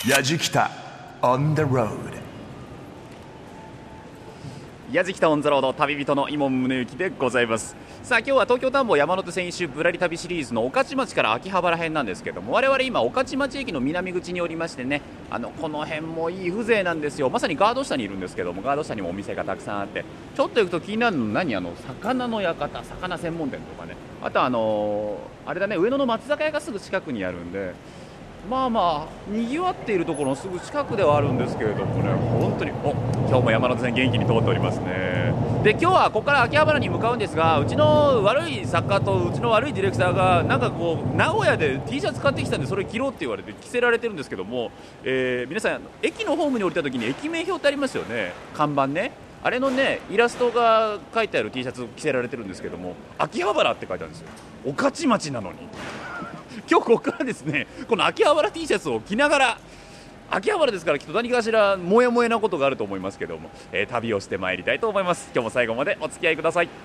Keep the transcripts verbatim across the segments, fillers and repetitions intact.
やじきた on the road。 やじきたオンザロード、旅人の伊門宗行でございます。さあ今日は東京田んぼ山手線一周ぶらり旅シリーズの御徒町から秋葉原編なんですけども、我々今御徒町駅の南口におりましてね、あのこの辺もいい風情なんですよ。まさにガード下にいるんですけども、ガード下にもお店がたくさんあって、ちょっと行くと気になるの何、あの魚の館、魚専門店とかね、あとあのー、あれだね、上野の松坂屋がすぐ近くにあるんで、まあまあにぎわっているところのすぐ近くではあるんですけれどもね、本当にお今日も山手線元気に通っておりますね。で今日はここから秋葉原に向かうんですが、うちの悪い作家とうちの悪いディレクターがなんかこう名古屋で T シャツ買ってきたんでそれ着ろって言われて着せられてるんですけども、えー、皆さん駅のホームに降りた時に駅名表ってありますよね、看板ね、あれのねイラストが書いてある T シャツ着せられてるんですけども、秋葉原って書いてあるんですよ。御徒町なのに今日ここからですね、この秋葉原 T シャツを着ながら、秋葉原ですからきっと何かしらもやもやなことがあると思いますけども、えー、旅をしてまいりたいと思います。今日も最後までお付き合いください。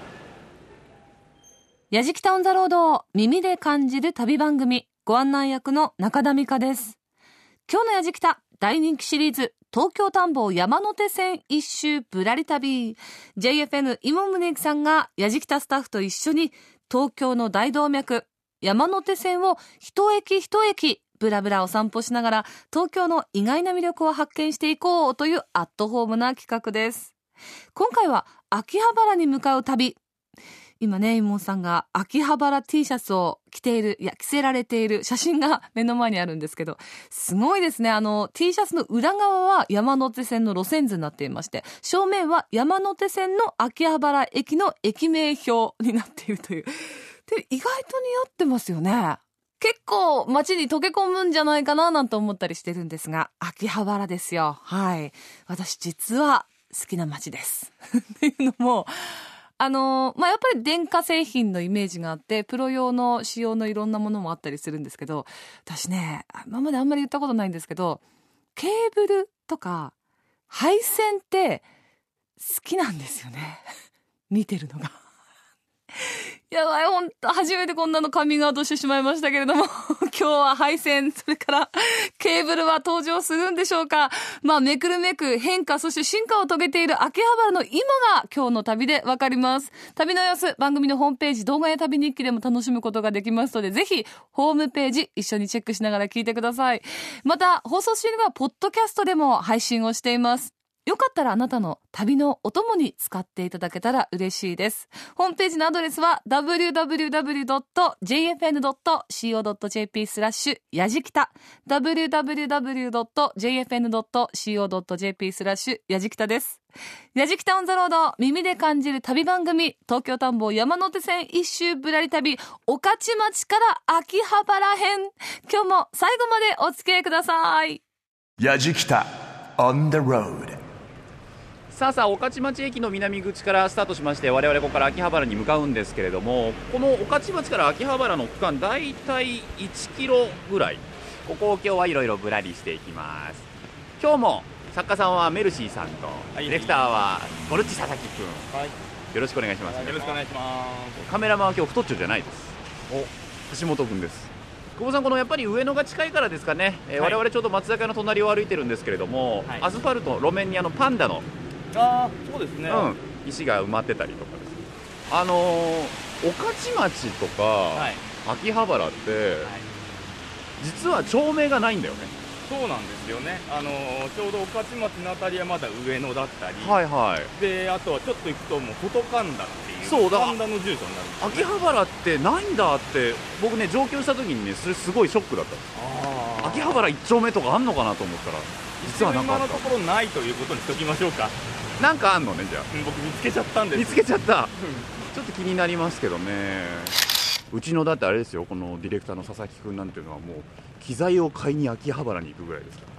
やじきたオンザロード、耳で感じる旅番組、ご案内役の中田美香です。今日のやじきた大人気シリーズ、東京田んぼ山手線一周ぶらり旅、 ジェイエフエヌ 伊門宗行さんがやじきたスタッフと一緒に東京の大動脈山手線を一駅一駅ブラブラお散歩しながら東京の意外な魅力を発見していこうというアットホームな企画です。今回は秋葉原に向かう旅。今ね、伊門さんが秋葉原 T シャツを着ている、いや着せられている写真が目の前にあるんですけど、すごいですね。あの T シャツの裏側は山手線の路線図になっていまして、正面は山手線の秋葉原駅の駅名表になっているという。で意外と似合ってますよね。結構街に溶け込むんじゃないかななんて思ったりしてるんですが、秋葉原ですよ。はい。私実は好きな街です。っていうのも、あのー、まあ、やっぱり電化製品のイメージがあって、プロ用の仕様のいろんなものもあったりするんですけど、私ね、今まであんまり言ったことないんですけど、ケーブルとか配線って好きなんですよね。見てるのが。やばい、ほんと初めてこんなのカミングアウトしてしまいましたけれども今日は配線、それからケーブルは登場するんでしょうか。まあめくるめく変化、そして進化を遂げている秋葉原の今が今日の旅でわかります。旅の様子、番組のホームページ、動画や旅日記でも楽しむことができますので、ぜひホームページ一緒にチェックしながら聞いてください。また放送中にはポッドキャストでも配信をしています。よかったらあなたの旅のお供に使っていただけたら嬉しいです。ホームページのアドレスは ダブリューダブリューダブリュードットジェイエフエヌドットシーオードットジェーピー スラッシュやじきた ダブリューダブリューダブリュードットジェイエフエヌドットシーオードットジェーピー スラッシュやじきたです。やじきたオンザロード、耳で感じる旅番組、東京田んぼ山手線一周ぶらり旅、御徒町から秋葉原編。今日も最後までお付き合いください。 やじきた on the road。 さあさあ御徒町駅の南口からスタートしまして、我々ここから秋葉原に向かうんですけれども、この御徒町から秋葉原の区間だいたいいちキロぐらい、ここを今日はいろいろぶらりしていきます。今日も作家さんはメルシーさんと、はい、ディレクターはゴルッチ佐々木くん、はい、よろしくお願いします、ね、 よろしくお願いします。 カメラマンは今日太っちょじゃないです。お橋本くんです。久保さん、このやっぱり上野が近いからですかね、えーはい、我々ちょうど松坂の隣を歩いてるんですけれども、はい、アスファルト路面にあのパンダのあそうですね、 うん、石が埋まってたりとかですね。あのー、御徒町とか、はい、秋葉原って、はい、実は町名がないんだよね。 そうなんですよね。あのー、ちょうど御徒町のあたりはまだ上野だったり、 はいはい、 であとはちょっと行くともう外神田っていう、 そうだ神田の住所になるんですよ、ね、 秋葉原ってないんだって僕ね上京した時にね、それすごいショックだったんです。あ秋葉原一丁目とかあんのかなと思ったら実はなかった。 今のところないということにしときましょうか。 なんかあんのね。じゃあ僕見つけちゃったんです。 見つけちゃったちょっと気になりますけどね。うちのだってあれですよ、このディレクターの佐々木くんなんていうのはもう機材を買いに秋葉原に行くぐらいですから。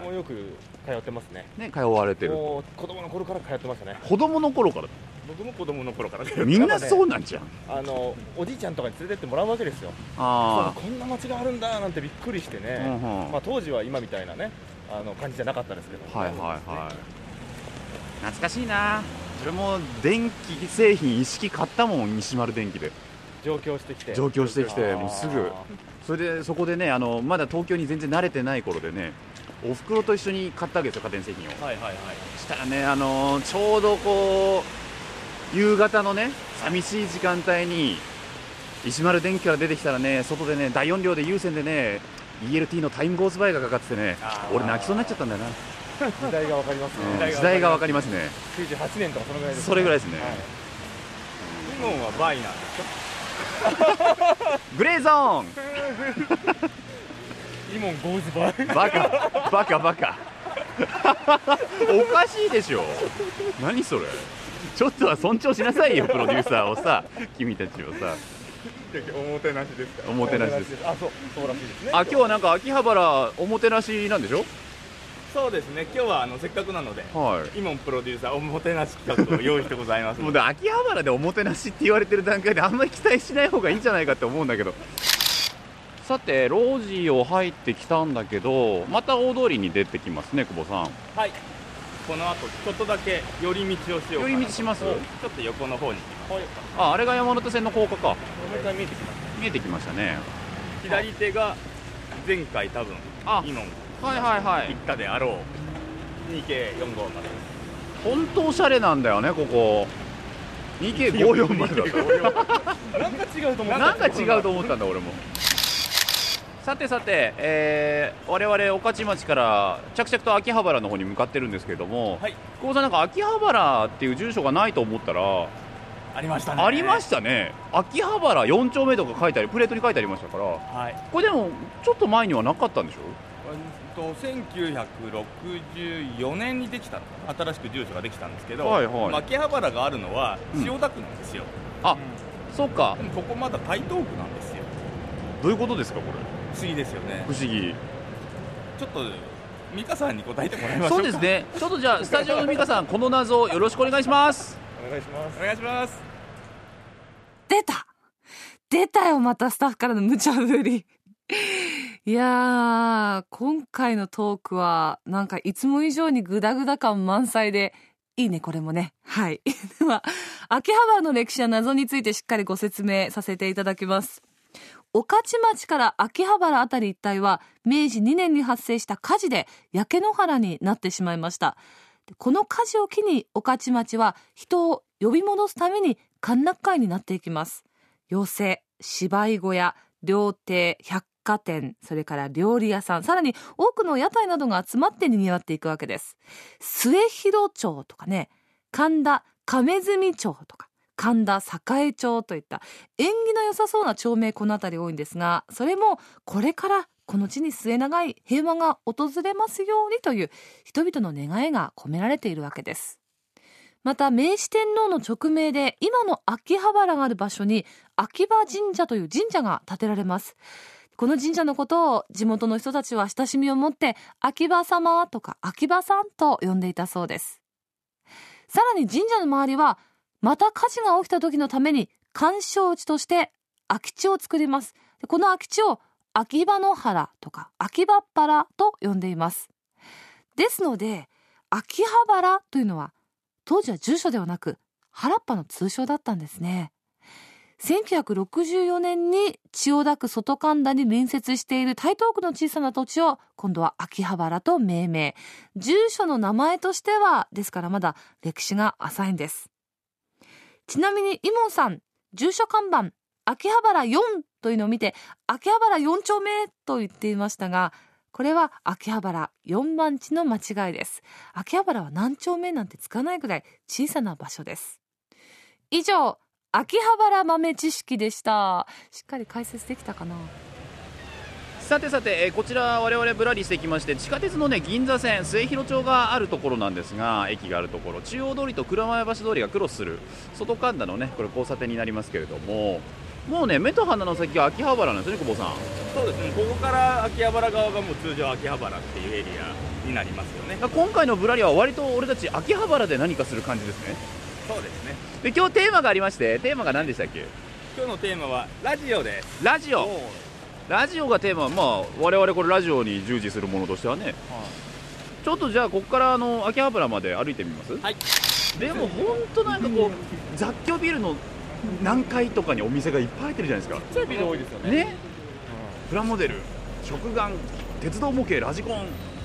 もうよく通ってますね。 ね、通われてる。 もう子供の頃から通ってましたね。 子供の頃から。 僕も子供の頃から。 みんなそうなんじゃん。 あのおじいちゃんとかに連れてってもらうわけですよ。 あこんな街があるんだなんてびっくりしてね、うんうん、まあ、当時は今みたいなねあの感じじゃなかったですけど、 はいはいはい、懐かしいな。それも電気製品一式買ったもん、西丸電機で上京してきて上京してきてもうすぐそれでそこでね、あのまだ東京に全然慣れてない頃でね、 おふくろと一緒に買ったわけですよ、家電製品を。 はいはいはい。 したらね、あのーちょうどこう夕方のね寂しい時間帯に石丸電機から出てきたらね、外でね大音量で有線でね イーエルティー のタイムゴーズバイがかかっててね、俺泣きそうになっちゃったんだよな。 時代がわかりますね。 時代がわかりますね。 きゅうじゅうはちねんとかそのぐらいですね。 それぐらいですね。 イモンはバイなんですか？ グレーゾーンイモンゴーズバイ。 バカバカバカおかしいでしょ。何それ、ちょっとは尊重しなさいよ、プロデューサーをさ、君たちをさ。 おもてなしですか？ おもてなしです。 あ、そう、そうらしいですね。 あ、今日はなんか秋葉原おもてなしなんでしょ？ そうですね、今日はあのせっかくなので、 はイモンプロデューサーおもてなし企画を用意してございますい。もうで秋葉原でおもてなしって言われてる段階であんまり期待しない方がいいんじゃないかって思うんだけど。さて路地を入ってきたんだけど、また大通りに出てきますね、久保さん。 はい、この後ちょっとだけ寄り道をしようかな。 寄り道します？ ちょっと横の方に行きます。 あ、あれが山手線の高架か。 もう一回見えてきました。 見えてきましたね。 左手が前回多分あ、 イモンはいはいはい行ったであろう にケーよんご まで。 本当おしゃれなんだよね、ここ。にケーごじゅうよん までだったなんか違うと思った。 なんか違うと思ったんだ俺も。さてさて、えー、我々御徒町から着々と秋葉原の方に向かってるんですけれども、 はい、 久保さん、なんか秋葉原っていう住所がないと思ったらありましたね。 ありましたね。秋葉原よん丁目とか書いてあり、プレートに書いてありましたから。 はい、 これでもちょっと前にはなかったんでしょ？ とせんきゅうひゃくろくじゅうよねんにできたのかな、新しく住所ができたんですけど、 はいはい、 秋葉原があるのはうん千代田区なんですよ。 あ、うん、そっか。 でもここまだ台東区なんですよ。 どういうことですかこれ？ 不思議ですよね。 不思議。 ちょっと美香さんに答えてもらいましょうか。 そうですね。ちょっとじゃあスタジオの美香さん、この謎よろしくお願いします。 お願いします。 お願いします。 出た出たよ、またスタッフからの無茶ぶり。いやー、今回のトークはなんかいつも以上にグダグダ感満載でいいね、これもね。はい。では、秋葉原の歴史や謎についてしっかりご説明させていただきます。御徒町から秋葉原あたり一帯はめいじにねんに発生した火事で焼け野原になってしまいました。この火事を機に御徒町は人を呼び戻すために歓楽街になっていきます。寄席、芝居小屋、料亭、百貨店、それから料理屋さん、さらに多くの屋台などが集まって賑わっていくわけです。末広町とかね、神田亀住町とか神田栄町といった縁起の良さそうな町名、この辺り多いんですが、それもこれからこの地に末長い平和が訪れますようにという人々の願いが込められているわけです。また明治天皇の勅命で今の秋葉原がある場所に秋葉神社という神社が建てられます。この神社のことを地元の人たちは親しみを持って秋葉様とか秋葉さんと呼んでいたそうです。さらに神社の周りはまた火事が起きた時のために緩衝地として空き地を作ります。この空き地を秋葉の原とか秋葉っ原と呼んでいます。ですので秋葉原というのは当時は住所ではなく原っぱの通称だったんですね。せんきゅうひゃくろくじゅうよねんに千代田区外神田に隣接している台東区の小さな土地を今度は秋葉原と命名。住所の名前としてはですからまだ歴史が浅いんです。ちなみにイモンさん、住所看板秋葉原よんというのを見て秋葉原よん丁目と言っていましたが、これは秋葉原よん番地の間違いです。秋葉原は何丁目なんてつかないぐらい小さな場所です。以上、秋葉原豆知識でした。しっかり解説できたかな。 さてさて、えー、こちら我々ぶらりしてきまして、地下鉄のね銀座線末広町があるところなんですが、駅があるところ、中央通りと蔵前橋通りがクロスする外神田のねこれ交差点になりますけれども、もうね目と鼻の先は秋葉原なんですね、久保さん。 そうですね、ここから秋葉原側がもう通常秋葉原っていうエリアになりますよね。 今回のぶらりは割と俺たち秋葉原で何かする感じですね。 そうですね。 で今日テーマがありまして、テーマが何でしたっけ？ 今日のテーマはラジオです。 ラジオ。ラジオがテーマ、まあ我々これラジオに従事するものとしてはね、はい、ちょっとじゃあここからあの秋葉原まで歩いてみます？はい。でも本当なんかこう雑居ビルの何階とかにお店がいっぱい入ってるじゃないですか。 ちっちゃいビル多いですよね。 ね、うん、プラモデル、食玩、鉄道模型、ラジコン、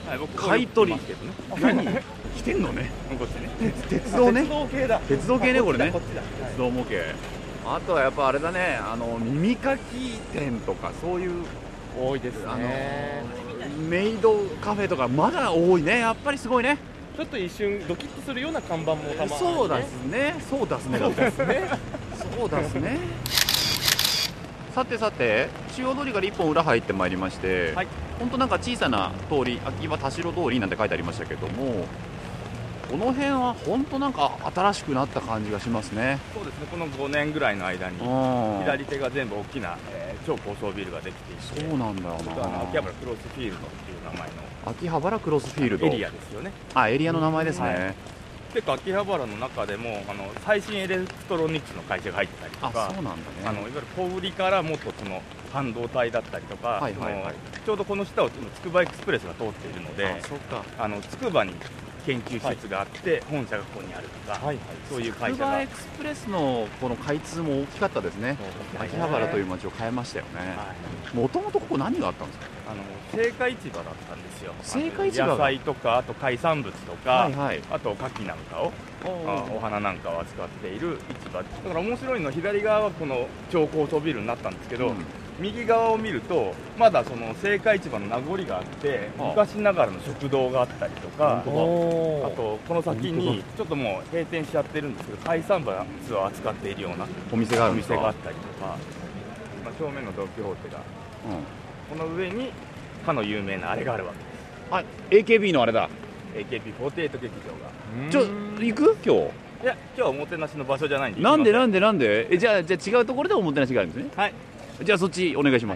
はい、僕買い取りここに来てますけどね。 何来てんのね。 こっちね。 鉄道ね。 鉄道系だ。 鉄道系ねこれね。 こっちだ。 鉄道模型。あとはやっぱあれだね、あの耳かき店とかそういう多いですあのね。 メイドカフェとかまだ多いね。やっぱりすごいね。 ちょっと一瞬ドキッとするような看板もたまに、ね、 そうですね。そうですね。 そうですね。 そうですね。さてさて、中央通りから一本裏入ってまいりまして、 はい、 本当なんか小さな通り、秋葉田代通りなんて書いてありましたけども、この辺は本当なんか新しくなった感じがしますね。 そうですね。このごねんぐらいの間に左手が全部大きな、えー、超高層ビルができていて、 そうなんだよな。 あの秋葉原クロスフィールドっていう名前の秋葉原クロスフィールドエリアですよね。 あ、エリアの名前ですね。 はい、結構秋葉原の中でもあの最新エレクトロニクスの会社が入ってたりとか、 あ、そうなんだね。 あのいわゆる小売りからもっとその半導体だったりとか、 はいはいはい、 ちょうどこの下をつくばエクスプレスが通っているので、 あ、そうか、 あのつくばに研究施設があって、はい、本社がここにあるとか、はいはい、そういう会社が。つくばエクスプレスのこの開通も大きかったですね。秋葉原という街を変えましたよね。もともとここ何があったんですか。 あの青果市場だったんですよ。 青果市場、 野菜とかあと海産物とか、 はいはい、 あと牡蠣なんかをお, お花なんかを扱っている市場だから面白いのは左側はこの超高層ビルになったんですけど、うん、右側を見るとまだその青果市場の名残があって昔ながらの食堂があったりとか、あとこの先にちょっともう閉店しちゃってるんですけど海産物を扱っているようなお店があるんですか。 お店があったりとか、まあ、正面のドン・キホーテが、うん、この上にかの有名なあれがあるわけです。 あ、エーケービー のあれだ。 エーケービーフォーティーエイト 劇場が。 ちょ行く今日。 いや、今日はおもてなしの場所じゃないんで。 なんでなんでなんで。え、じゃあじゃあ違うところでおもてなしがあるんですね。 はい。 じゃあそっちお願いします。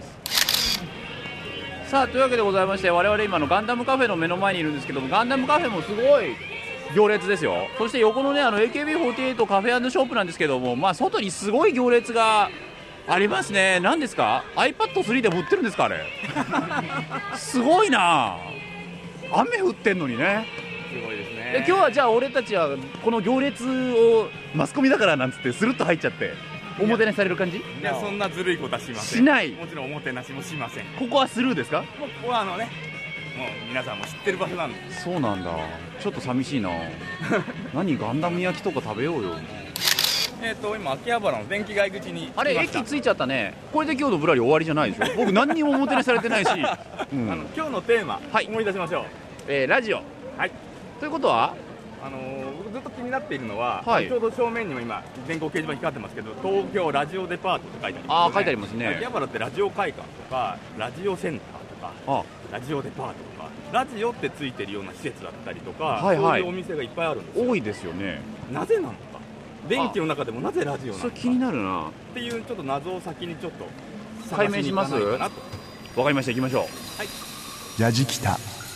さあというわけでございまして、我々今のガンダムカフェの目の前にいるんですけども、ガンダムカフェもすごい行列ですよ。そして横のね、あの エーケービーフォーティーエイト カフェ&ショップなんですけども、まあ外にすごい行列がありますね。何ですか。 アイパッドスリー でも売ってるんですかあれ。すごいな。雨降ってんのにね。 すごいですね。 で今日はじゃあ俺たちはこの行列をマスコミだからなんつってスルッと入っちゃっておもてなしされる感じ。いや、そんなずるいことはしません。 しない。 もちろんおもてなしもしません。 ここはスルーですか。 ここはあのね、もう皆さんも知ってる場所なんで。 そうなんだ。ちょっと寂しいな。何ガンダム焼きとか食べようよ。 えーと今秋葉原の電気街口にあれ駅着いちゃったね。これで今日のぶらり終わりじゃないでしょ。僕何にもおもてなしされてないし、 うん、あの今日のテーマ、はい、思い出しましょう。 えー、ラジオ。 はい。 ということは、 あのー、僕ずっと気になっているのは、 はい、 ちょうど正面にも今電光掲示板光ってますけど、東京ラジオデパートって書いてありますよね。 あー、書いてありますね。 秋葉原ってラジオ会館とかラジオセンターとかラジオデパートとかラジオってついてるような施設だったりとか、はいはい、そういうお店がいっぱいあるんですよ。 多いですよね。 なぜなのか。電気の中でもなぜラジオなのか。 それ気になるなっていうちょっと謎を先にちょっと解明します。わかりました。行きましょう。はい。 ラジキタ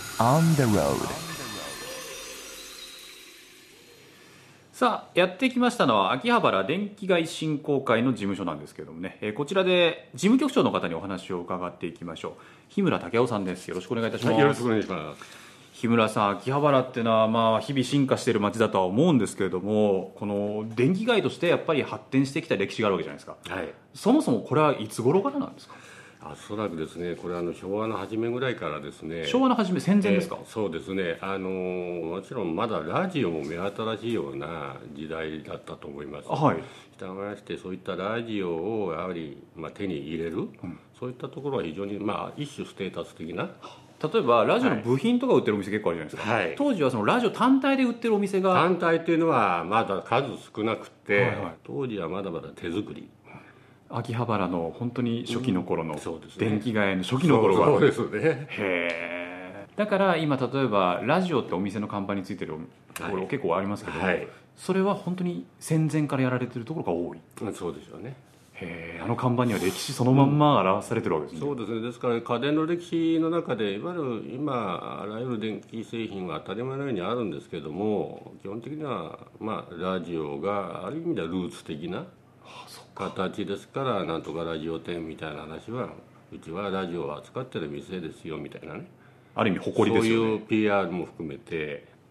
on the road。 さあやってきましたのは秋葉原電気街振興会の事務所なんですけどもね、えー、こちらで事務局長の方にお話を伺っていきましょう。日村武雄さんです。よろしくお願いいたします。 はい、よろしくお願いします。 日村さん、秋葉原っていうのはまあ日々進化している街だとは思うんですけれども、この電気街としてやっぱり発展してきた歴史があるわけじゃないですか。 はい。 そもそもこれはいつ頃からなんですか。 おそらくですね、これはあの昭和の初めぐらいからですね。 昭和の初め、戦前ですか。 えー、そうですね、あのー、もちろんまだラジオも目新しいような時代だったと思います。 はい。 従いましてそういったラジオをやはり、まあ、手に入れる、うん、そういったところは非常に、まあ、一種ステータス的な。 例えばラジオの部品とか売ってるお店結構あるじゃないですか、はい、当時はそのラジオ単体で売ってるお店が単体っていうのはまだ数少なくて、はいはい、当時はまだまだ手作り。 秋葉原の本当に初期の頃の、うん、 そうですね、 電気街の初期の頃がそうですね。 へー。だから今例えばラジオってお店の看板についてるところ結構ありますけど、はいはい、それは本当に戦前からやられてるところが多い。 そうですよね。 へー。あの看板には歴史そのまんま表されてるわけですね。 そうですね。ですから家電の歴史の中でいわゆる今あらゆる電気製品は当たり前のようにあるんですけども、基本的には、まあ、ラジオがある意味ではルーツ的な形ですから、なんとかラジオ店みたいな話はうちはラジオを扱ってる店ですよみたいなね、 ある意味誇りですよね。 そういう ピーアール も含めて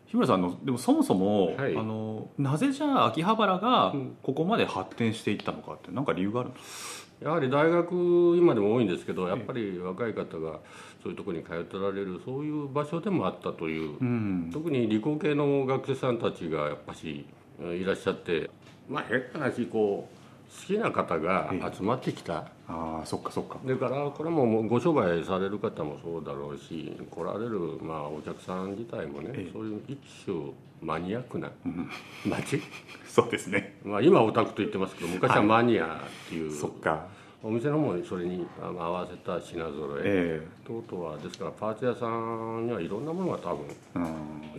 日村さんのでもそもそも、 はい、 あのなぜじゃあ秋葉原がここまで発展していったのかって何か理由があるんですか？ やはり大学今でも多いんですけど、やっぱり若い方がそういうところに通ってられるそういう場所でもあったという、うん、特に理工系の学生さんたちがやっぱしいらっしゃって、まあ変な話こう好きな方が集まってきた、 ああそっかそっか。 だからこれもご商売される方もそうだろうし、来られるまあお客さん自体もね、ええ、そういう一種マニアックな街、うん、 そうですね、 まあ、今はオタクと言ってますけど昔はマニアっていう、 はい、そっか、 お店の方にそれに合わせた品揃え、えー、等々はですからパーツ屋さんにはいろんなものが多分、うん、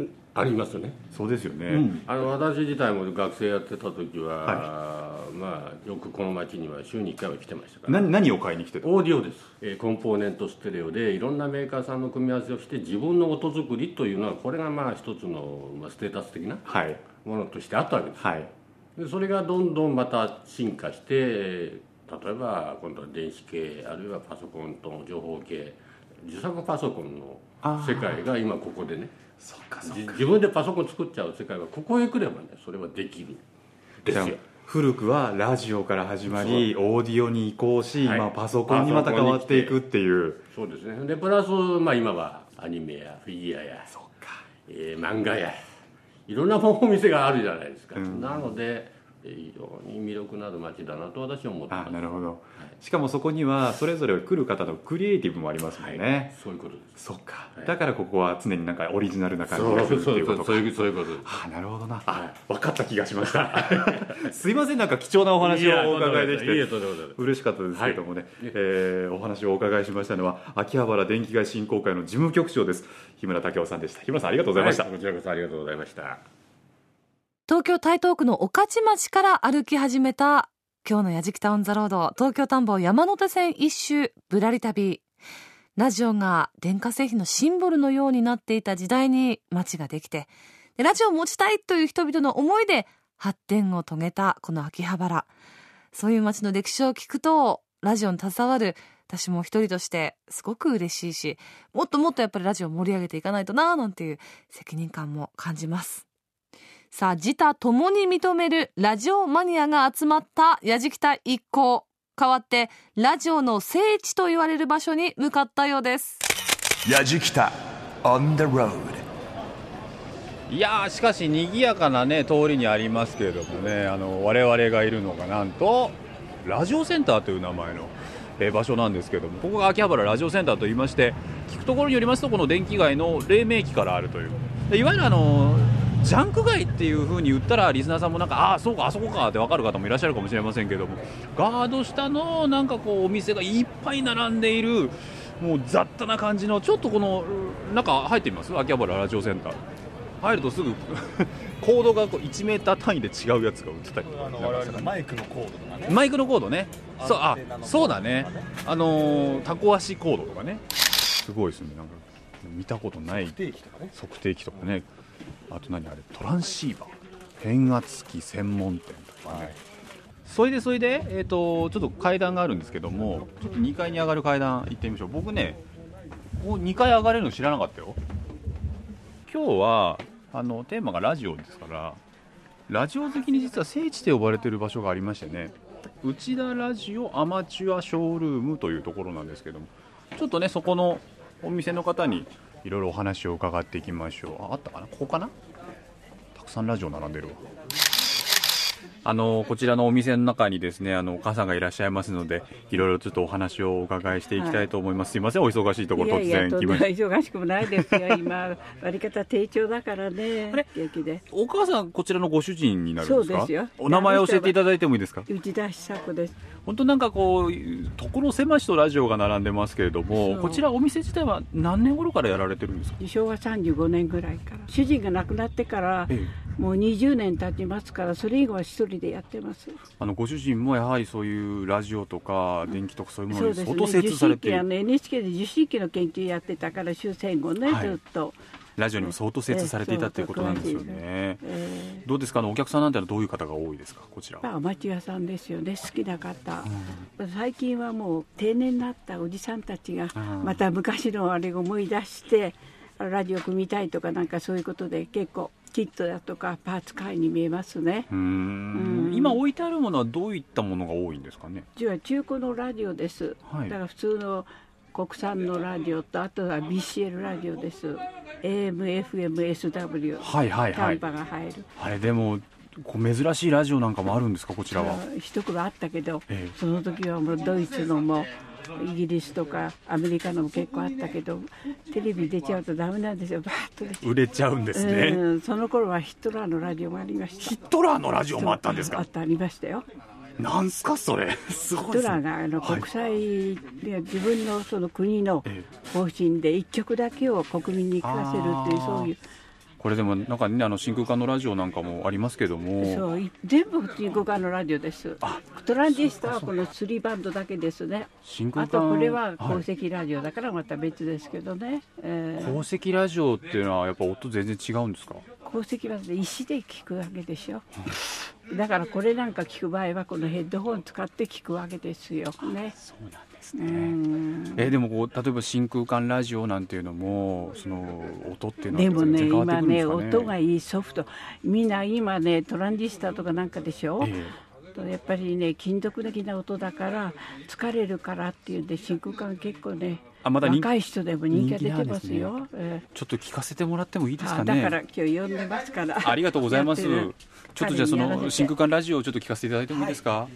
ありますよね。 そうですよね、 うん、あの私自体も学生やってた時は、はい、まあよくこの町には週にいっかいは来てましたから。 な何を買いに来てた？ オーディオです、えー、コンポーネントステレオでいろんなメーカーさんの組み合わせをして自分の音作りというのはこれがまあ一つの、まあ、ステータス的なものとしてあったわけです、はい、でそれがどんどんまた進化して、例えば今度は電子系あるいはパソコンと情報系自作パソコンの世界が今ここでね、 そっかそっか、 自分でパソコン作っちゃう世界がここへ来ればねそれはできるですよ。 古くはラジオから始まりオーディオに移行し、はい、今パソコンにまた変わっていくっていう。 そうですね。でプラス、まあ、今はアニメやフィギュアや、 そっか、 えー、漫画やいろんなお店があるじゃないですか、うん、なので非常に魅力のある街だなと私は思ってます。 あ、なるほど、はい、しかもそこにはそれぞれ来る方のクリエイティブもありますもんね、はい、 そういうことです。 そっか、はい、だからここは常になんかオリジナルな感じがするっていうことか。 そういうそういうことです。 あ、なるほどな、あ、分かった気がしましたすいません、なんか貴重なお話をお伺いできて嬉しかったですけどもね、はい、えー、お話をお伺いしましたのは秋葉原電気街振興会の事務局長です日村武夫さんでした。日村さんありがとうございました。 はい、こちらこそありがとうございました。 東京台東区の御徒町から歩き始めた今日のやじきたオンザロード、東京田んぼ山手線一周ぶらり旅。ラジオが電化製品のシンボルのようになっていた時代に街ができて、でラジオを持ちたいという人々の思いで発展を遂げたこの秋葉原。そういう街の歴史を聞くとラジオに携わる私も一人としてすごく嬉しいし、もっともっとやっぱりラジオを盛り上げていかないとななんていう責任感も感じます。さあ、自他ともに認めるラジオマニアが集まったやじきた一行、代わってラジオの聖地と言われる場所に向かったようです。 やじきた on the road。 いやー、しかし賑やかなね通りにありますけれどもね、あの我々がいるのがなんとラジオセンターという名前のえ場所なんですけども、ここが秋葉原ラジオセンターといいまして、聞くところによりますとこの電気街の黎明期からあるという、でいわゆるあのジャンク街っていう風に言ったらリスナーさんもなんか、ああそうかあそこかって分かる方もいらっしゃるかもしれませんけども、ガード下のなんかこうお店がいっぱい並んでいる、もう雑多な感じの、ちょっとこの中入ってみます？秋葉原ラジオセンター入るとすぐコードがこういちメーター単位で違うやつが売ってたりとか、 あの我々のマイクのコードとかね、 マイクのコードね、そう、あ、そうだね、あのー、タコ足コードとかね、すごいですね、なんか見たことない測定器とかね、測定器とかね、あと何あれ、トランシーバー、変圧器専門店とかね、はい、それでそれで、えーと、ちょっと階段があるんですけども、ちょっとにかいに上がる階段行ってみましょう。僕ね、ここにかい上がれるの知らなかったよ。今日はあのテーマがラジオですから、ラジオ好きに実は聖地と呼ばれている場所がありましてね、内田ラジオアマチュアショールームというところなんですけども、ちょっとねそこのお店の方にいろいろお話を伺っていきましょう。 あ, あったかな、ここかな、たくさんラジオ並んでるわ。あのこちらのお店の中にですね、あのお母さんがいらっしゃいますので、いろいろちょっとお話をお伺いしていきたいと思います、はい、すいません、お忙しいところ突然来ました。 いやいや、忙しくもないですよ今割り方低調だからね。あれ、元気で。 お母さんこちらのご主人になるんですか？ そうですよ。 お名前を教えていただいてもいいですか？ 内田久子です。 本当なんかこう所狭しとラジオが並んでますけれども、こちらお店自体は何年頃からやられてるんですか？ しょうわさんじゅうごねんぐらいから。主人が亡くなってから、ええ、もうにじゅうねん経ちますから、それ以後は一人でやってます。 あのご主人もやはりそういうラジオとか電気とかそういうものに相当精通されている、 ね、エヌエイチケー で受信機の研究やってたから、終戦後ね、はい、ずっとラジオにも相当精通されていたということなんですよね、えー、どうですか、あのお客さんなんてのはどういう方が多いですか？こちらアマチュアさんですよね、好きな方、うん、最近はもう定年になったおじさんたちがまた昔のあれを思い出して、 ラジオ組みたいとかなんかそういうことで結構キットだとかパーツ買いに見えますね。 うーん、今置いてあるものはどういったものが多いんですかね。 じゃあ中古のラジオです、 はい、 だから普通の国産のラジオとあとは ビーシーエル ラジオです。 エーエム、エフエム、エスダブリュー、 はいはいはい、 短波が入る。 あれでもこう珍しいラジオなんかもあるんですか、こちらは。 一頃あったけど、 ええ、 その時はもうドイツのもイギリスとかアメリカのも結構あったけど、テレビ出ちゃうとダメなんですよ。バーッと出ちゃう、 売れちゃうんですね、 うん、その頃はヒットラーのラジオもありました。 ヒットラーのラジオもあったんですか。 あった、ありましたよ。 なんすかそれ、すごいですね。 ヒットラーがあの国際で自分のその国の方針で一曲だけを国民に聞かせるという、そういう。 これでもなんかね、あの真空管のラジオなんかもありますけども、 そう全部真空管のラジオです。トランジスタはこのスリーバンドだけですね。あとこれは鉱石ラジオだからまた別ですけどね、はい、えー、 鉱石ラジオっていうのはやっぱ音全然違うんですか。 鉱石は石で聞くわけでしょだからこれなんか聞く場合はこのヘッドホン使って聞くわけですよね。 そうなんですね。えー、でもこう例えば真空管ラジオなんていうのもその音っていうのはでもね、今ね、音がいいいソフト、みんな今ねトランジスタとかなんかでしょ、えー、やっぱりね金属的な音だから疲れるからっていうんで真空管結構ね、あ、ま、若い人でも人気が出てますよ、ね、えー、 ちょっと聞かせてもらってもいいですかね。 だから今日呼んでますから。 ありがとうございます。ちょっとじゃあその真空管ラジオをちょっと聞かせていただいてもいいですか。はい、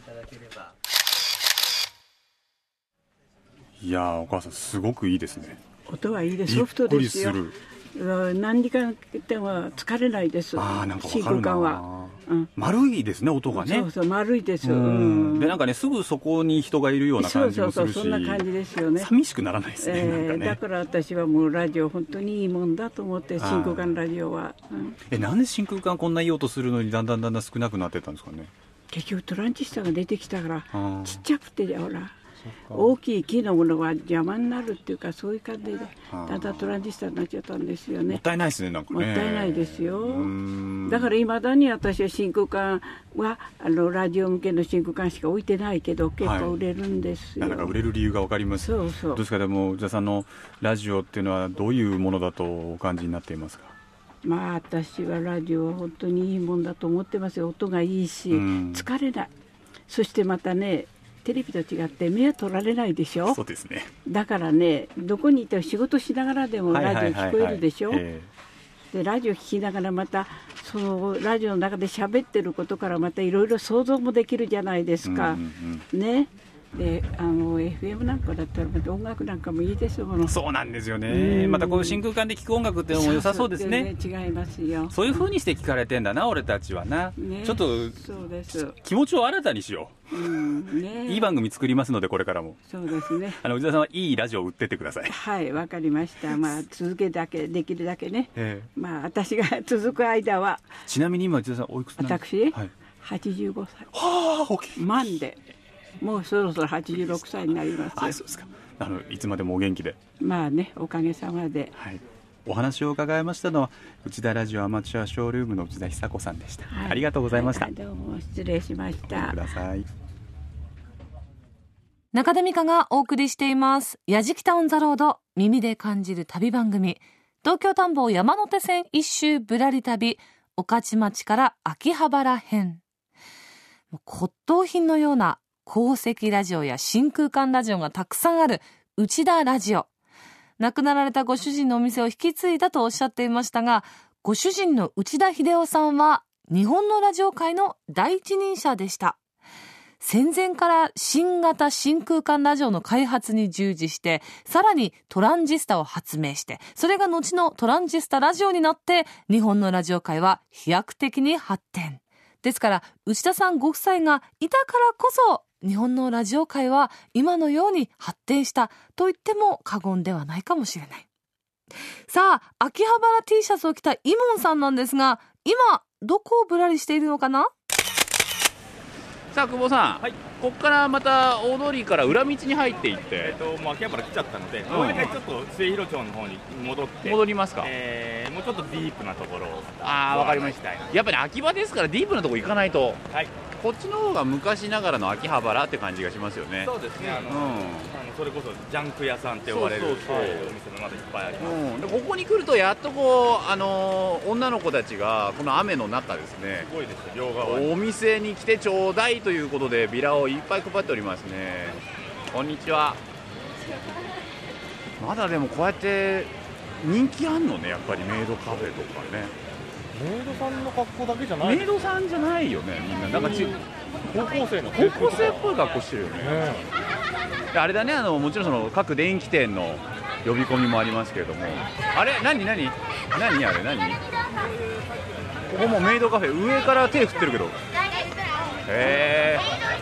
いやー、お母さんすごくいいですね。 音はいいです。ソフトですよ。何時間でも疲れないです。 あ、なんか分かるな。 真空管は、うん、 丸いですね、音がね。 そうそう、丸いです。うん、でなんかね、すぐそこに人がいるような感じもするし、 そうそうそう、そんな感じですよね。 寂しくならないですね、えー、なんかね。 だから私はもうラジオ本当にいいもんだと思って、真空管ラジオは、うん、 えなんで真空管こんないい音するのにだんだんだんだん少なくなってたんですかね。 結局トランジスタが出てきたからちっちゃくてほら大きい木のものが邪魔になるっていうか、そういう感じでだんだんトランジスタになっちゃったんですよね。 もったいないですね、なんかね。 もったいないですよ。だからいまだに私は真空管はあのラジオ向けの真空管しか置いてないけど結構売れるんですよ。 はい、なんか売れる理由が分かります。 そうそう。 どうですか。でも内田さんのラジオっていうのはどういうものだとお感じになっていますか。 まあ私はラジオは本当にいいもんだと思ってますよ。音がいいし疲れない。そしてまたね、テレビと違って目は取られないでしょ。 そうですね。 だからね、どこにいても仕事しながらでもラジオ聞こえるでしょ。でラジオ聞きながらまたそのラジオの中で喋ってることからまたいろいろ想像もできるじゃないですか、うんうん、ね。であの エフエム なんかだったらまた音楽なんかもいいですもの。 そうなんですよね。またこの真空管で聴く音楽っていうのも良さそうですね。 そうそう、違いますよ。 そういう風にして聞かれてんだな、俺たちはな、ね、ちょっとそうです気持ちを新たにしよう、 うんね、 いい番組作りますのでこれからも。 そうですね。 あの内田さんはいいラジオを売ってってください。 はい、わかりました。まあ続けだけできるだけね、ええ、まあ私が続く間は。 ちなみに今内田さんおいくつなんですか。 私、 はい、 はちじゅうごさい。 はあ、大きい。 満でもうそろそろはちじゅうろくさいになります。 あ、そうですか。あのいつまでもお元気で。 まあね、おかげさまで、 はい、お話を伺いましたのは内田ラジオアマチュアショールームの内田久子さんでした、はい、ありがとうございました。 はい、どうも失礼しました。 ごめんください。 中田美香がお送りしていますやじきたオンザロード、耳で感じる旅番組。東京田んぼ山手線一周ぶらり旅、御徒町から秋葉原編。骨董品のような鉱石ラジオや真空管ラジオがたくさんある内田ラジオ。亡くなられたご主人のお店を引き継いだとおっしゃっていましたが、ご主人の内田秀夫さんは日本のラジオ界の第一人者でした。戦前から新型真空管ラジオの開発に従事して、さらにトランジスタを発明して、それが後のトランジスタラジオになって日本のラジオ界は飛躍的に発展。ですから内田さんご夫妻がいたからこそ日本のラジオ界は今のように発展したと言っても過言ではないかもしれない。さあ、秋葉原 T シャツを着たイモンさんなんですが、今どこをぶらりしているのかな。 さあ久保さん、はい、ここからまた大通りから裏道に入っていって、 えー、ともう秋葉原来ちゃったので、うん、もう一回ちょっと末広町の方に戻って戻りますか、 えー、もうちょっとディープなところをああわかりました。やっぱり秋葉ですからディープなところ行かないと、はい、こっちの方が昔ながらの秋葉原って感じがしますよね。 そうですね、あの、うん、あのそれこそジャンク屋さんって呼ばれるそうそうそう、 はい、お店もまだいっぱいあります、 うん、でここに来るとやっとこう、あのー女の子たちがこの雨の中ですね、 すごいですよ、両側にお店に来てちょうだいということでビラをいっぱい配っておりますね。こんにちは。まだでもこうやって人気あんのね、やっぱりメイドカフェとかね。 メイドさんの格好だけじゃない、 メイドさんじゃないよね、みんななんかち高校生の高校生っぽい格好してるよね。 ねであれだね、あのもちろんその各電気店の呼び込みもありますけれども、あれ何何何あれ何、ここもメイドカフェ、上から手振ってるけど、へ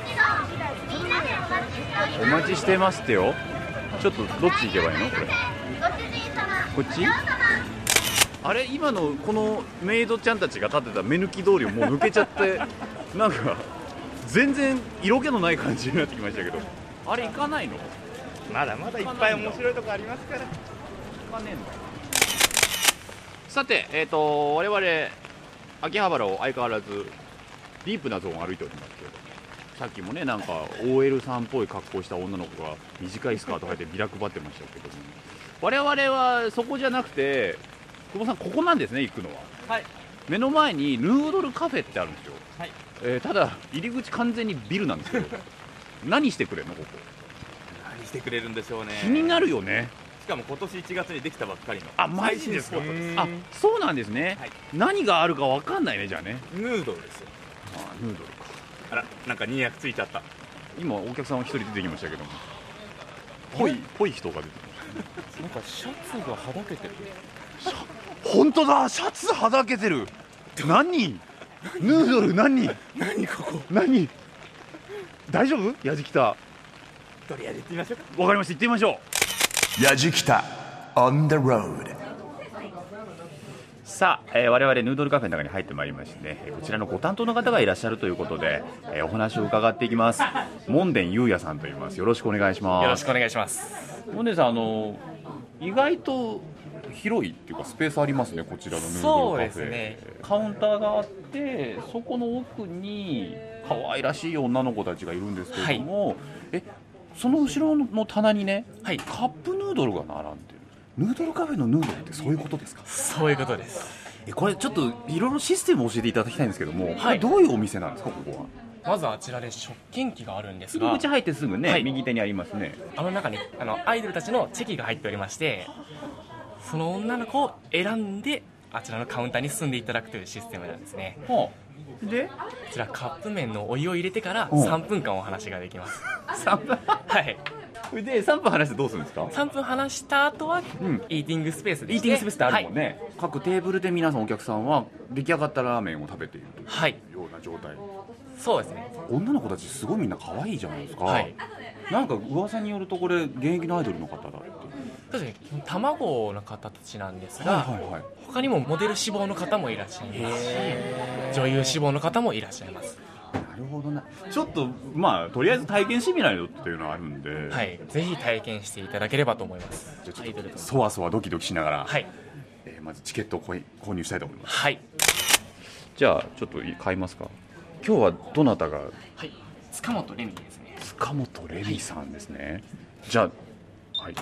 ー、お待ちしてますってよ。ちょっとどっち行けばいいのこれ、こっち、あれ今のこのメイドちゃんたちが立ってた目抜き通りをもう抜けちゃってなんか全然色気のない感じになってきましたけど、あれ行かないの？ まだまだいっぱい面白いとこありますから。 行かねえんだ。さて、えーと我々秋葉原を相変わらずディープなゾーンを歩いておりますけれども、さっきもねなんか オーエル さんっぽい格好した女の子が短いスカート履いてビラ配ってましたけども、我々はそこじゃなくて、久保さんここなんですね、行くのは。 はい、 目の前にヌードルカフェってあるんですよ、 はい、 えーただ入り口完全にビルなんですけど何してくれんのここ。 何してくれるんでしょうね。 気になるよね。 しかも今年いちがつにできたばっかりのあ、マジですか。 最新スポットです。 あ、そうなんですね、はい、何があるか分かんないね、じゃあね。 ヌードルですよ。 あ、ヌードルか。 あら、なんかにやくついちゃった。 今お客さんは一人出てきましたけども、ぽいぽい人が出てきましたなんかシャツがはだけてる。 本当だ、シャツはだけてる。何ヌードル何何ここ、 何大丈夫？やじきた。 とりあえず行ってみましょうか。 わかりました、行ってみましょう。 やじきた on the road。 さあ、えー、我々ヌードルカフェの中に入ってまいりましてね、こちらのご担当の方がいらっしゃるということで、えー、お話を伺っていきます。門田裕也さんと言います。よろしくお願いします。 よろしくお願いします。 門田さん、あの意外と広いっていうかスペースありますね、こちらのヌードルカフェ。 そうですね、 カウンターがあって、そこの奥に可愛らしい女の子たちがいるんですけれども、はい、えその後ろの棚にね、はい、カップヌードルが並んでる。ヌードルカフェのヌードルってそういうことですか？ そういうことです。 えこれちょっといろいろシステムを教えていただきたいんですけども、 はい、 どういうお店なんですか、ここは。 まずあちらで食券機があるんですが、 入り口入ってすぐね、はい、右手にありますね。 あの中にあのアイドルたちのチェキが入っておりまして、その女の子を選んであちらのカウンターに進んでいただくというシステムなんですね。 はあ、でこちらカップ麺のお湯を入れてからさんぷんかんお話ができます。 さんぷんはい。 でさんぷん話してどうするんですか？ さんぷん話した後は、うん、イーティングスペースでイーティングスペースってあるもんね、はい、各テーブルで皆さんお客さんは出来上がったラーメンを食べているという、はい、ような状態。 そうですね。 女の子たちすごいみんな可愛いじゃないですか、はい、なんか噂によるとこれ現役のアイドルの方だって。 そうですね、卵の方たちなんですが、はいはいはい、他にもモデル志望の方もいらっしゃいますし、女優志望の方もいらっしゃいます。 なるほどな。ちょっとまあとりあえず体験してみないとっていうのはあるんで、 はい、ぜひ体験していただければと思います。 じゃあちょっとそわそわドキドキしながら、はい、えー、まずチケットを購入したいと思います。はい。じゃあちょっと買いますか。今日はどなたが？ はい、塚本レミですね。 塚本レミさんですね、はい、じゃあはい、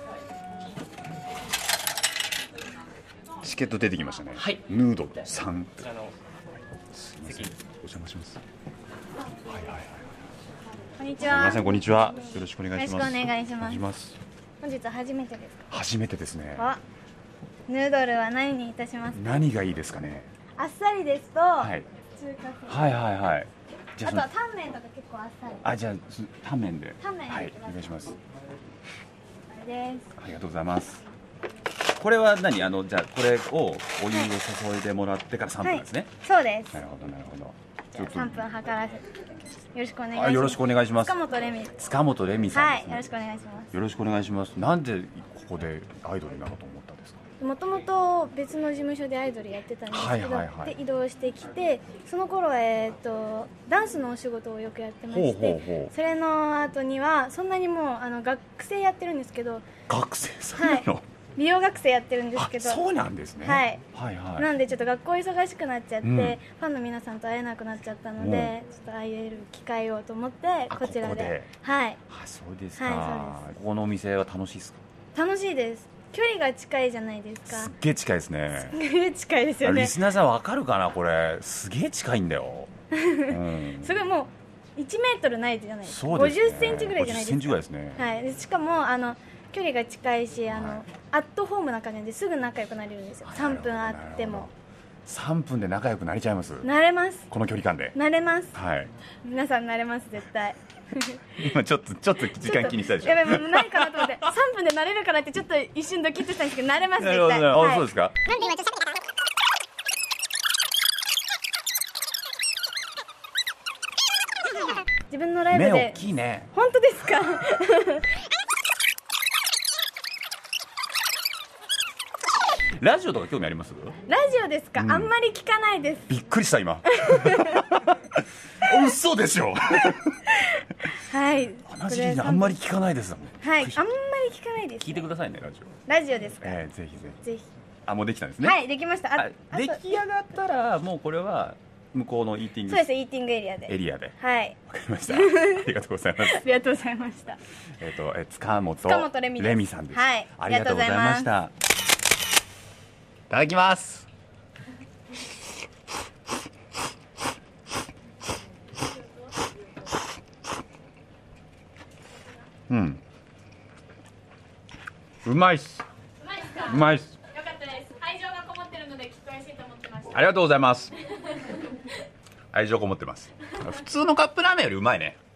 チケット出てきましたね。はい。ヌードルさん。こちらの席お邪魔します。はいはいはい。 こんにちは。 皆さんこんにちは。よろしくお願いします。 よろしくお願いします。 ます。 本日は初めてですか？ 初めてですね。 あ、ヌードルは何にいたしますか？ 何がいいですかね。 あっさりですと、はい、中華はいはいはい。 じゃあ、あとはタンメンとか結構あっさり。 あ、じゃあタンメンで。 タンメンで。はい、 お願いします。 あれです。 ありがとうございます。これは何、あのじゃあこれをお湯を注いでもらってからさんぷんですね。はい、 そうです。 なるほどなるほど。 じゃあさんぷん計らせてよろしくお願いします。 よろしくお願いします。 塚本レミ。 塚本レミさんですね。 はい、よろしくお願いします。 よろしくお願いします。なんでここでアイドルになろうと思ったんですか？ もともと別の事務所でアイドルやってたんですけど、はいはいはい、で移動してきて、その頃は、えー、とダンスのお仕事をよくやってまして、ほうほうほう、それの後にはそんなにもうあの学生やってるんですけど、 学生そうなの、はい、 美容学生やってるんですけど。 そうなんですね。 はい、 はいはい。 なんでちょっと学校忙しくなっちゃって、うん、ファンの皆さんと会えなくなっちゃったので、ちょっと会える機会をと思ってこちらで。 ここではい。 あ、そうですか。 はい、そうです。 ここのお店は楽しいですか？ 楽しいです。距離が近いじゃないですか。 すっげえ近いですね。 すっげえ近いですよね。 リスナーさんわかるかな、これすげえ近いんだよ。うん、 すごいもういちメートルないじゃないですか。そうですね、ごじゅっセンチぐらいじゃないですか。 ごじゅっセンチぐらいですね。 はい。しかもあの距離が近いし、あの、はい、アットホームな感じですぐ仲良くなれるんですよ。さんぷんあっても。 さんぷんで仲良くなれちゃいます？ なれます。 この距離感で。 なれます。 はい。 皆さんなれます絶対。 今ちょっとちょっと時間気にしたでしょ。 やばい、もうないかなと思ってさんぷんでなれるからってちょっと一瞬ドキッとしたんですけど、なれます絶対。 あ、はい、そうですか。 自分のライブで。 目大きいね。 本当ですか？ ラジオとか興味あります？ ラジオですか、うん、あんまり聞かないです。 びっくりした今。嘘でしょ。 はい。 話あんまり聞かないですもん。 はい、あんまり聞かないです、ね。 聞いてくださいね、ラジオ。 ラジオですか？ えー、ぜひぜひ。 ぜひ。 あ、もうできたんですね。 はい、できました。あ、 あ出来上がったらもうこれは向こうのイーティング。 そうです、イーティングエリアで。 エリアで。 はい。 わかりました。ありがとうございます。 ありがとうございました。 えっと、え塚本。 塚本レミです。 レミさんです。 はい。 ありがとうございました。いただきます。うん。うまいっす。 うまいっすか？ うまいっす。 よかったです。愛情がこもってるのできっと美味しいと思ってました。 ありがとうございます。愛情こもってます。普通のカップラーメンよりうまいね。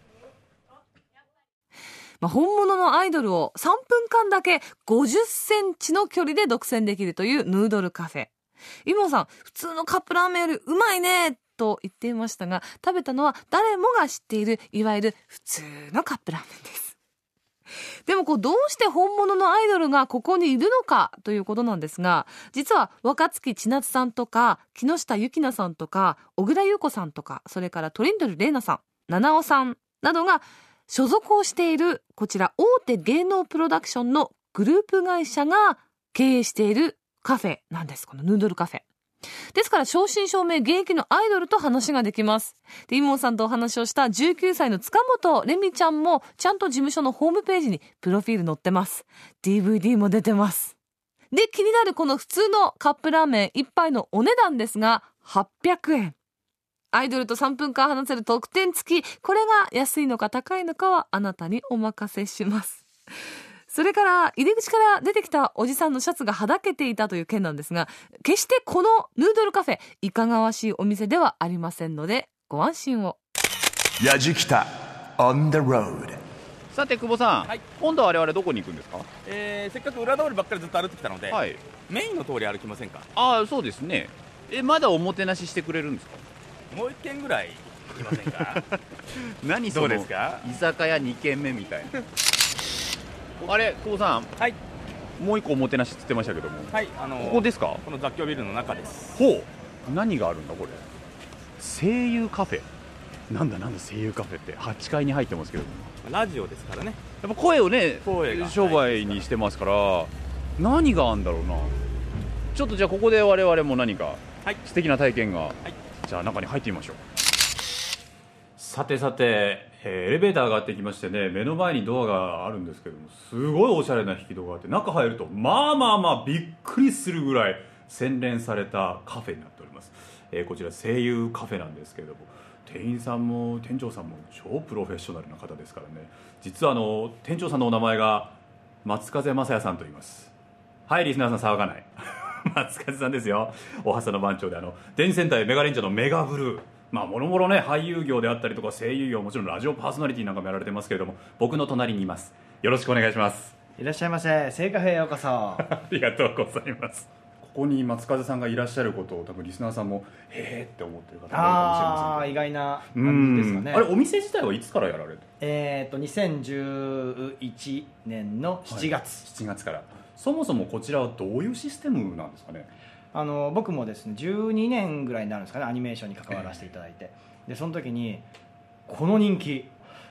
まあ、本物のアイドルをさんぷんかんだけごじゅっセンチの距離で独占できるというヌードルカフェ。イモさん、普通のカップラーメンよりうまいねと言っていましたが、食べたのは誰もが知っているいわゆる普通のカップラーメンです。でもこうどうして本物のアイドルがここにいるのかということなんですが、実は若槻千夏さんとか木下ゆきなさんとか小倉優子さんとか、それからトリンドル玲奈さん、七尾さんなどが所属をしているこちら大手芸能プロダクションのグループ会社が経営しているカフェなんです。このヌードルカフェですから、正真正銘現役のアイドルと話ができます。で、イモンさんとお話をしたじゅうきゅうさいの塚本レミちゃんもちゃんと事務所のホームページにプロフィール載ってます。 ディーブイディー も出てます。で、気になるこの普通のカップラーメン一杯のお値段ですがはっぴゃくえん。アイドルとさんぷんかん話せる特典付き。これが安いのか高いのかはあなたにお任せします。それから入り口から出てきたおじさんのシャツがはだけていたという件なんですが、決してこのヌードルカフェいかがわしいお店ではありませんのでご安心を。 やじきた on the road。 さて久保さん、はい、今度は我々どこに行くんですか？ えー、せっかく裏通りばっかりずっと歩いてきたので、はい、メインの通り歩きませんか？ ああ、そうですね。え、まだおもてなししてくれるんですか？ もう一軒ぐらい行きませんか？ 何そのどうですか？ 居酒屋に軒目みたいな。あれ、久保さん、はい、もう一個おもてなしって言ってましたけども、はい、あのー、ここですか？ この雑居ビルの中です。 ほう、何があるんだこれ。声優カフェ。なんだなんだ声優カフェって。はちかいに入ってますけども、 ラジオですからね。 やっぱ声をね、 声が商売にしてますから、何があるんだろうな。ちょっとじゃあここで我々も何か素敵な体験が、はい、じゃあ中に入ってみましょう。さてさて、えー、エレベーター上がってきましてね、目の前にドアがあるんですけども、すごいおしゃれな引き戸があって、中入るとまあまあまあびっくりするぐらい洗練されたカフェになっております。えー、こちら声優カフェなんですけれども、店員さんも店長さんも超プロフェッショナルな方ですからね。実はあの店長さんのお名前が松風正也さんと言います。はい、リスナーさん騒がない松風さんですよ。おはさの番長で、あの電子戦隊メガレンジャーのメガブルー、まあもろもろね、俳優業であったりとか声優業、もちろんラジオパーソナリティなんかもやられてますけれども、僕の隣にいます。よろしくお願いします。 いらっしゃいませ。聖カフェへようこそ。 ありがとうございます。ここに松風さんがいらっしゃることを多分リスナーさんもへーって思ってる方がいるかもしれません。 ああ、意外な感じですかね。 あれ、お店自体はいつからやられる？ えーとにせんじゅういちねんのしちがつ、はい、 しちがつから。そもそもこちらはどういうシステムなんですかね？ あの僕もですねじゅうにねんぐらいになるんですかね、アニメーションに関わらせていただいて、でその時にこの人気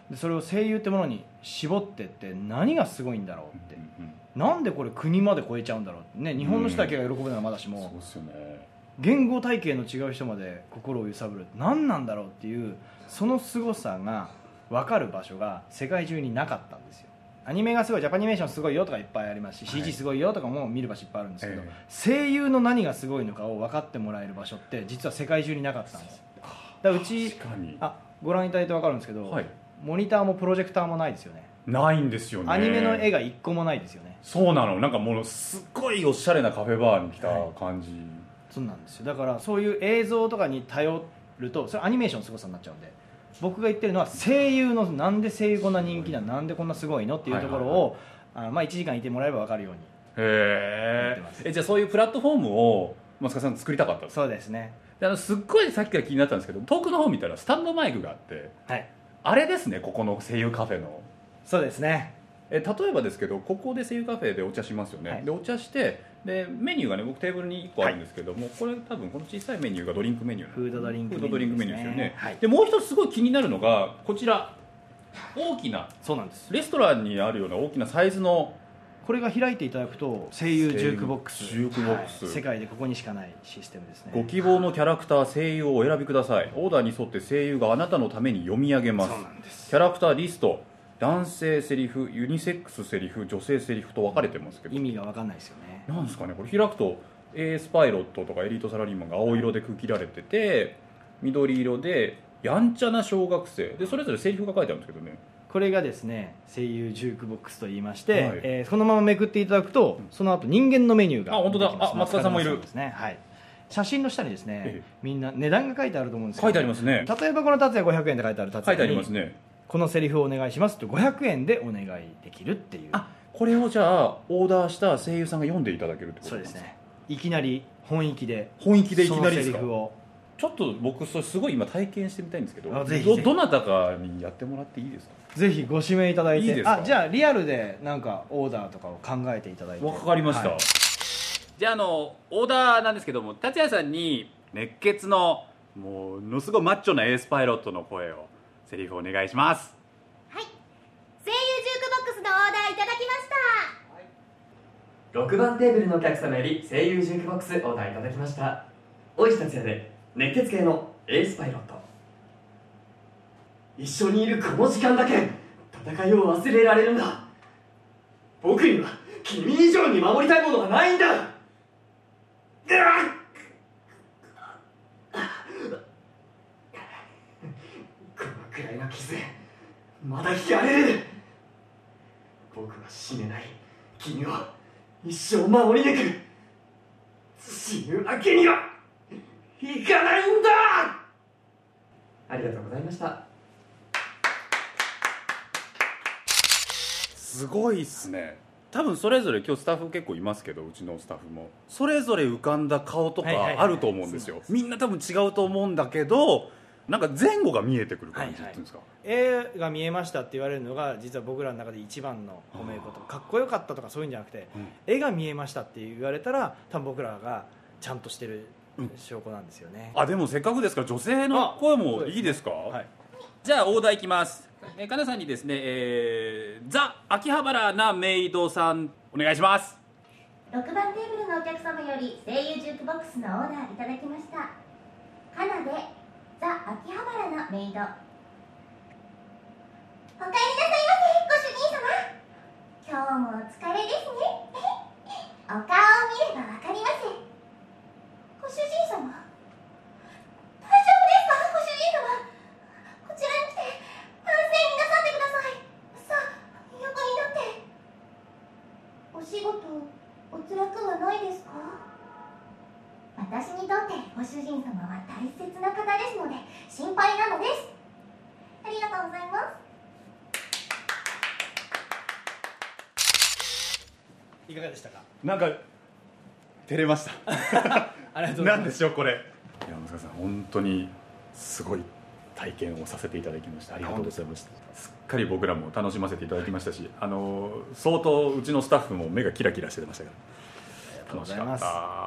でそれを声優ってものに絞ってって何がすごいんだろうって、うんうんうん、なんでこれ国まで超えちゃうんだろうってね、日本の人だけが喜ぶのはまだしも、 そうですよね、 言語体系の違う人まで心を揺さぶる何なんだろうっていう、その凄さが分かる場所が世界中になかったんですよ。アニメがすごい、ジャパニメーションすごいよとかいっぱいありますし、はい、シージー すごいよとかも見る場所いっぱいあるんですけど、えー、声優の何がすごいのかを分かってもらえる場所って実は世界中になかったんです。だからうちあご覧いただいて分かるんですけど、はい、モニターもプロジェクターもないですよね。 ないんですよね。 アニメの絵がいっこもないですよね。 そうなの、なんかもうすっごいおしゃれなカフェバーに来た感じ、はい、 そうなんですよ。だからそういう映像とかに頼るとそれアニメーションのすごさになっちゃうんで、僕が言ってるのは声優のなんで声優こんな人気なの、なんでこんなすごいのっていうところを、はいはいはい、あまあいちじかんいてもらえば分かるように。 へえ。じゃあそういうプラットフォームを松川さん作りたかったんですか？ そうですね。 であのすっごいさっきから気になったんですけど、遠くの方見たらスタンドマイクがあって、はい、あれですね、ここの声優カフェの。 そうですね。 え例えばですけど、ここで声優カフェでお茶しますよね、はい、でお茶してでメニューがね、僕テーブルにいっこあるんですけども、はい、これ多分この小さいメニューがドリンクメニュー、 フードドリンクメニューですね。 フードドリンクメニューですよね、はい、でもう一つすごい気になるのがこちら、大きな、 そうなんです、 レストランにあるような大きなサイズの、 これが開いていただくと声優ジュークボックス、 ジュークボックス、 はい、世界でここにしかないシステムですね。 ご希望のキャラクター、声優をお選びください。オーダーに沿って声優があなたのために読み上げます。 そうなんです。 キャラクターリスト、男性セリフ、ユニセックスセリフ、女性セリフと分かれてますけど、 意味が分かんないですよね。 なんですかね、これ開くとエースパイロットとかエリートサラリーマンが青色で区切られてて、緑色でやんちゃな小学生で、それぞれセリフが書いてあるんですけどね、 これがですね声優ジュークボックスと言いまして、はい、えー、そのままめくっていただくと、その後人間のメニューがあ、本当だ、あ、松川さんもいるですね、はい、写真の下にですね、ええ、みんな値段が書いてあると思うんですけど、 書いてありますね。 例えばこの達也ごひゃくえんで書いてある達也に書いてありますね、 このセリフをお願いしますとごひゃくえんでお願いできるっていう。 あ、これをじゃあオーダーした声優さんが読んでいただけるってことですか？ そうですね。いきなり本域で本域でいきなりですか？ そのセリフをちょっと僕それすごい今体験してみたいんですけど、 ぜひぜひど, どなたかにやってもらっていいですか？ ぜひご指名いただいて。 いいですか？ あ、じゃあリアルでなんかオーダーとかを考えていただいて。 わかりました、はい、じゃああのオーダーなんですけども、達也さんに熱血のものすごいマッチョなエースパイロットの声をセリフお願いします。 はい、声優ジュークボックスのオーダーいただきました、はい、 ろくばんテーブルのお客様より声優ジュークボックスオーダーいただきました。大石達也で熱血系のエースパイロット。一緒にいるこの時間だけ戦いを忘れられるんだ。僕には君以上に守りたいものがないんだ。うわっ、このくらいの傷まだ引かれる。僕は死ねない。君は一生守り抜く。死ぬわけにはいかないんだ。ありがとうございました。 すごいっすね。多分それぞれ今日スタッフ結構いますけど、うちのスタッフもそれぞれ浮かんだ顔とかあると思うんですよ。みんな多分違うと思うんだけど、なんか前後が見えてくる感じっていうんですか、 はいはい、絵が見えましたって言われるのが実は僕らの中で一番の褒め言葉。かっこよかったとかそういうんじゃなくて、うん、絵が見えましたって言われたら多分僕らがちゃんとしてる証拠なんですよね、 うん、あ、でもせっかくですから女性の声もいいですか？はい、じゃあオーダーいきます。えー、かなさんにですね、えー、ザ・秋葉原なメイドさんお願いします。 ろくばんテーブルのお客様より声優ジュークボックスのオーダーいただきました。かなでザ・秋葉原のメイド。お帰りなさいませ、ご主人様。今日もお疲れですね。お顔を見ればわかります。ご主人様、大丈夫ですか？ご主人様、こちらに来て安静になさってください。さあ、横になって。お仕事お辛くはないですか？私にとってご主人様は大切な方ですので心配なのです。ありがとうございます。 いかがでしたか？ なんか照れましたありがとうございます。 なんでしょうこれ。いや、松川さん本当にすごい体験をさせていただきました。ありがとうございました。すっかり僕らも楽しませていただきましたし、あの相当うちのスタッフも目がキラキラしてましたから楽しかった。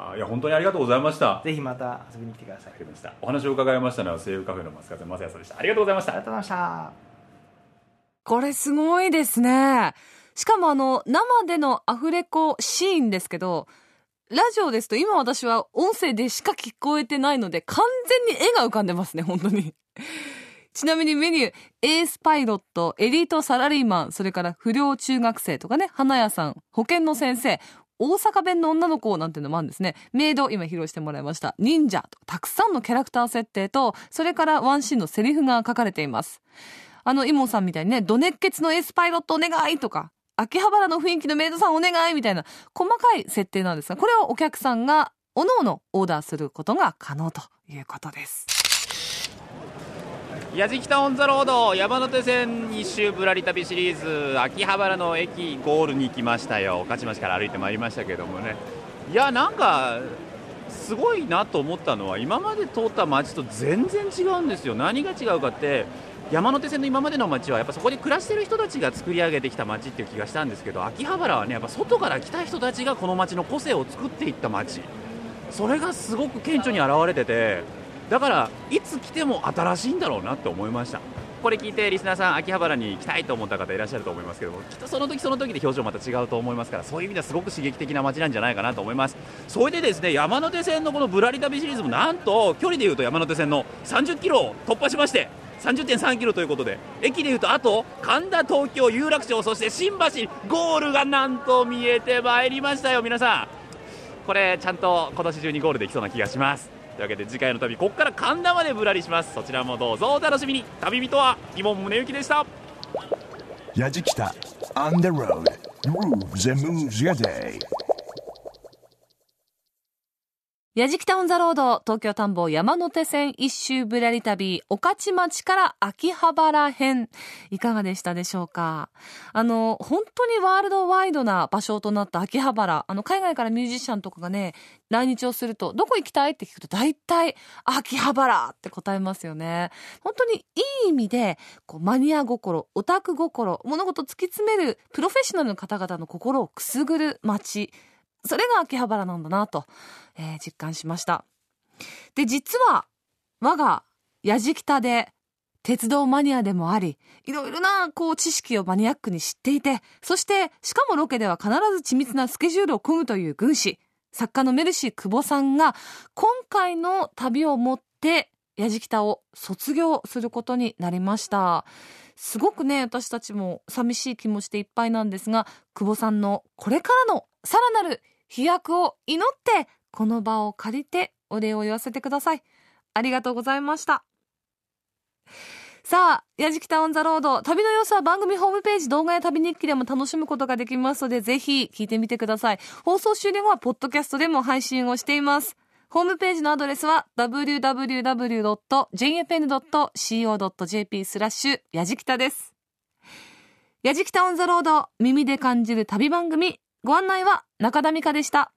いや本当にありがとうございました。 ぜひまた遊びに来てください。 お話を伺いましたのは声優カフェの松川正康でした。ありがとうございました。 ありがとうございました。 これすごいですね。しかもあの生でのアフレコシーンですけど、ラジオですと今私は音声でしか聞こえてないので完全に絵が浮かんでますね、本当に。ちなみにメニュー、エースパイロット、エリートサラリーマン、それから不良中学生とかね、花屋さん、保健の先生、大阪弁の女の子なんていうのもあるんですね。メイド、今披露してもらいました。忍者とたくさんのキャラクター設定と、それからワンシーンのセリフが書かれています。あのイモンさんみたいにね、ド熱血のエースパイロットお願いとか、秋葉原の雰囲気のメイドさんお願いみたいな細かい設定なんですが、これをお客さんがおのおのオーダーすることが可能ということです。 やじきたオンザロード山手線一周ぶらり旅シリーズ、秋葉原の駅ゴールに来ましたよ。御徒町から歩いてまいりましたけどもね、いやなんかすごいなと思ったのは、今まで通った街と全然違うんですよ。何が違うかって、山手線の今までの街はやっぱそこで暮らしてる人たちが作り上げてきた街っていう気がしたんですけど、秋葉原はね、やっぱ外から来た人たちがこの街の個性を作っていった街、それがすごく顕著に現れてて、だからいつ来ても新しいんだろうなって思いました。これ聞いてリスナーさん秋葉原に行きたいと思った方いらっしゃると思いますけども、きっとその時その時で表情また違うと思いますから、そういう意味ではすごく刺激的な街なんじゃないかなと思います。それでですね、山手線のこのぶらり旅シリーズもなんと距離でいうと山手線のさんじゅっキロを突破しまして さんじゅってんさんキロということで、駅でいうとあと神田、東京、有楽町、そして新橋、ゴールがなんと見えてまいりましたよ。皆さんこれちゃんと今年中にゴールできそうな気がします。というわけで次回の旅、ここから神田までぶらりします。そちらもどうぞお楽しみに。旅人は伊門宗行でした。 やじきた On the road Grooves and moves your day。 やじきたオンザロード、東京田んぼ山手線一周ぶらり旅、御徒町から秋葉原編、いかがでしたでしょうか。あの本当にワールドワイドな場所となった秋葉原、あの海外からミュージシャンとかがね来日をすると、どこ行きたいって聞くと大体秋葉原って答えますよね。本当にいい意味でこうマニア心、オタク心、物事突き詰めるプロフェッショナルの方々の心をくすぐる街、それが秋葉原なんだなと、えー、実感しました。で、実は我がやじきたで鉄道マニアでもあり、いろいろなこう知識をマニアックに知っていて、そしてしかもロケでは必ず緻密なスケジュールを組むという軍師、作家のメルシー久保さんが今回の旅をもってやじきたを卒業することになりました。すごくね、私たちも寂しい気持ちでいっぱいなんですが、久保さんのこれからのさらなる飛躍を祈ってこの場を借りてお礼を言わせてください。ありがとうございました。さあ、やじきたオンザロード、旅の様子は番組ホームページ動画や旅日記でも楽しむことができますので、ぜひ聞いてみてください。放送終了後はポッドキャストでも配信をしています。ホームページのアドレスは ダブリューダブリューダブリュードットジェイエフエヌドットシーオードットジェーピー スラッシュやじきたです。やじきたオンザロード、耳で感じる旅番組、ご案内は中田美香でした。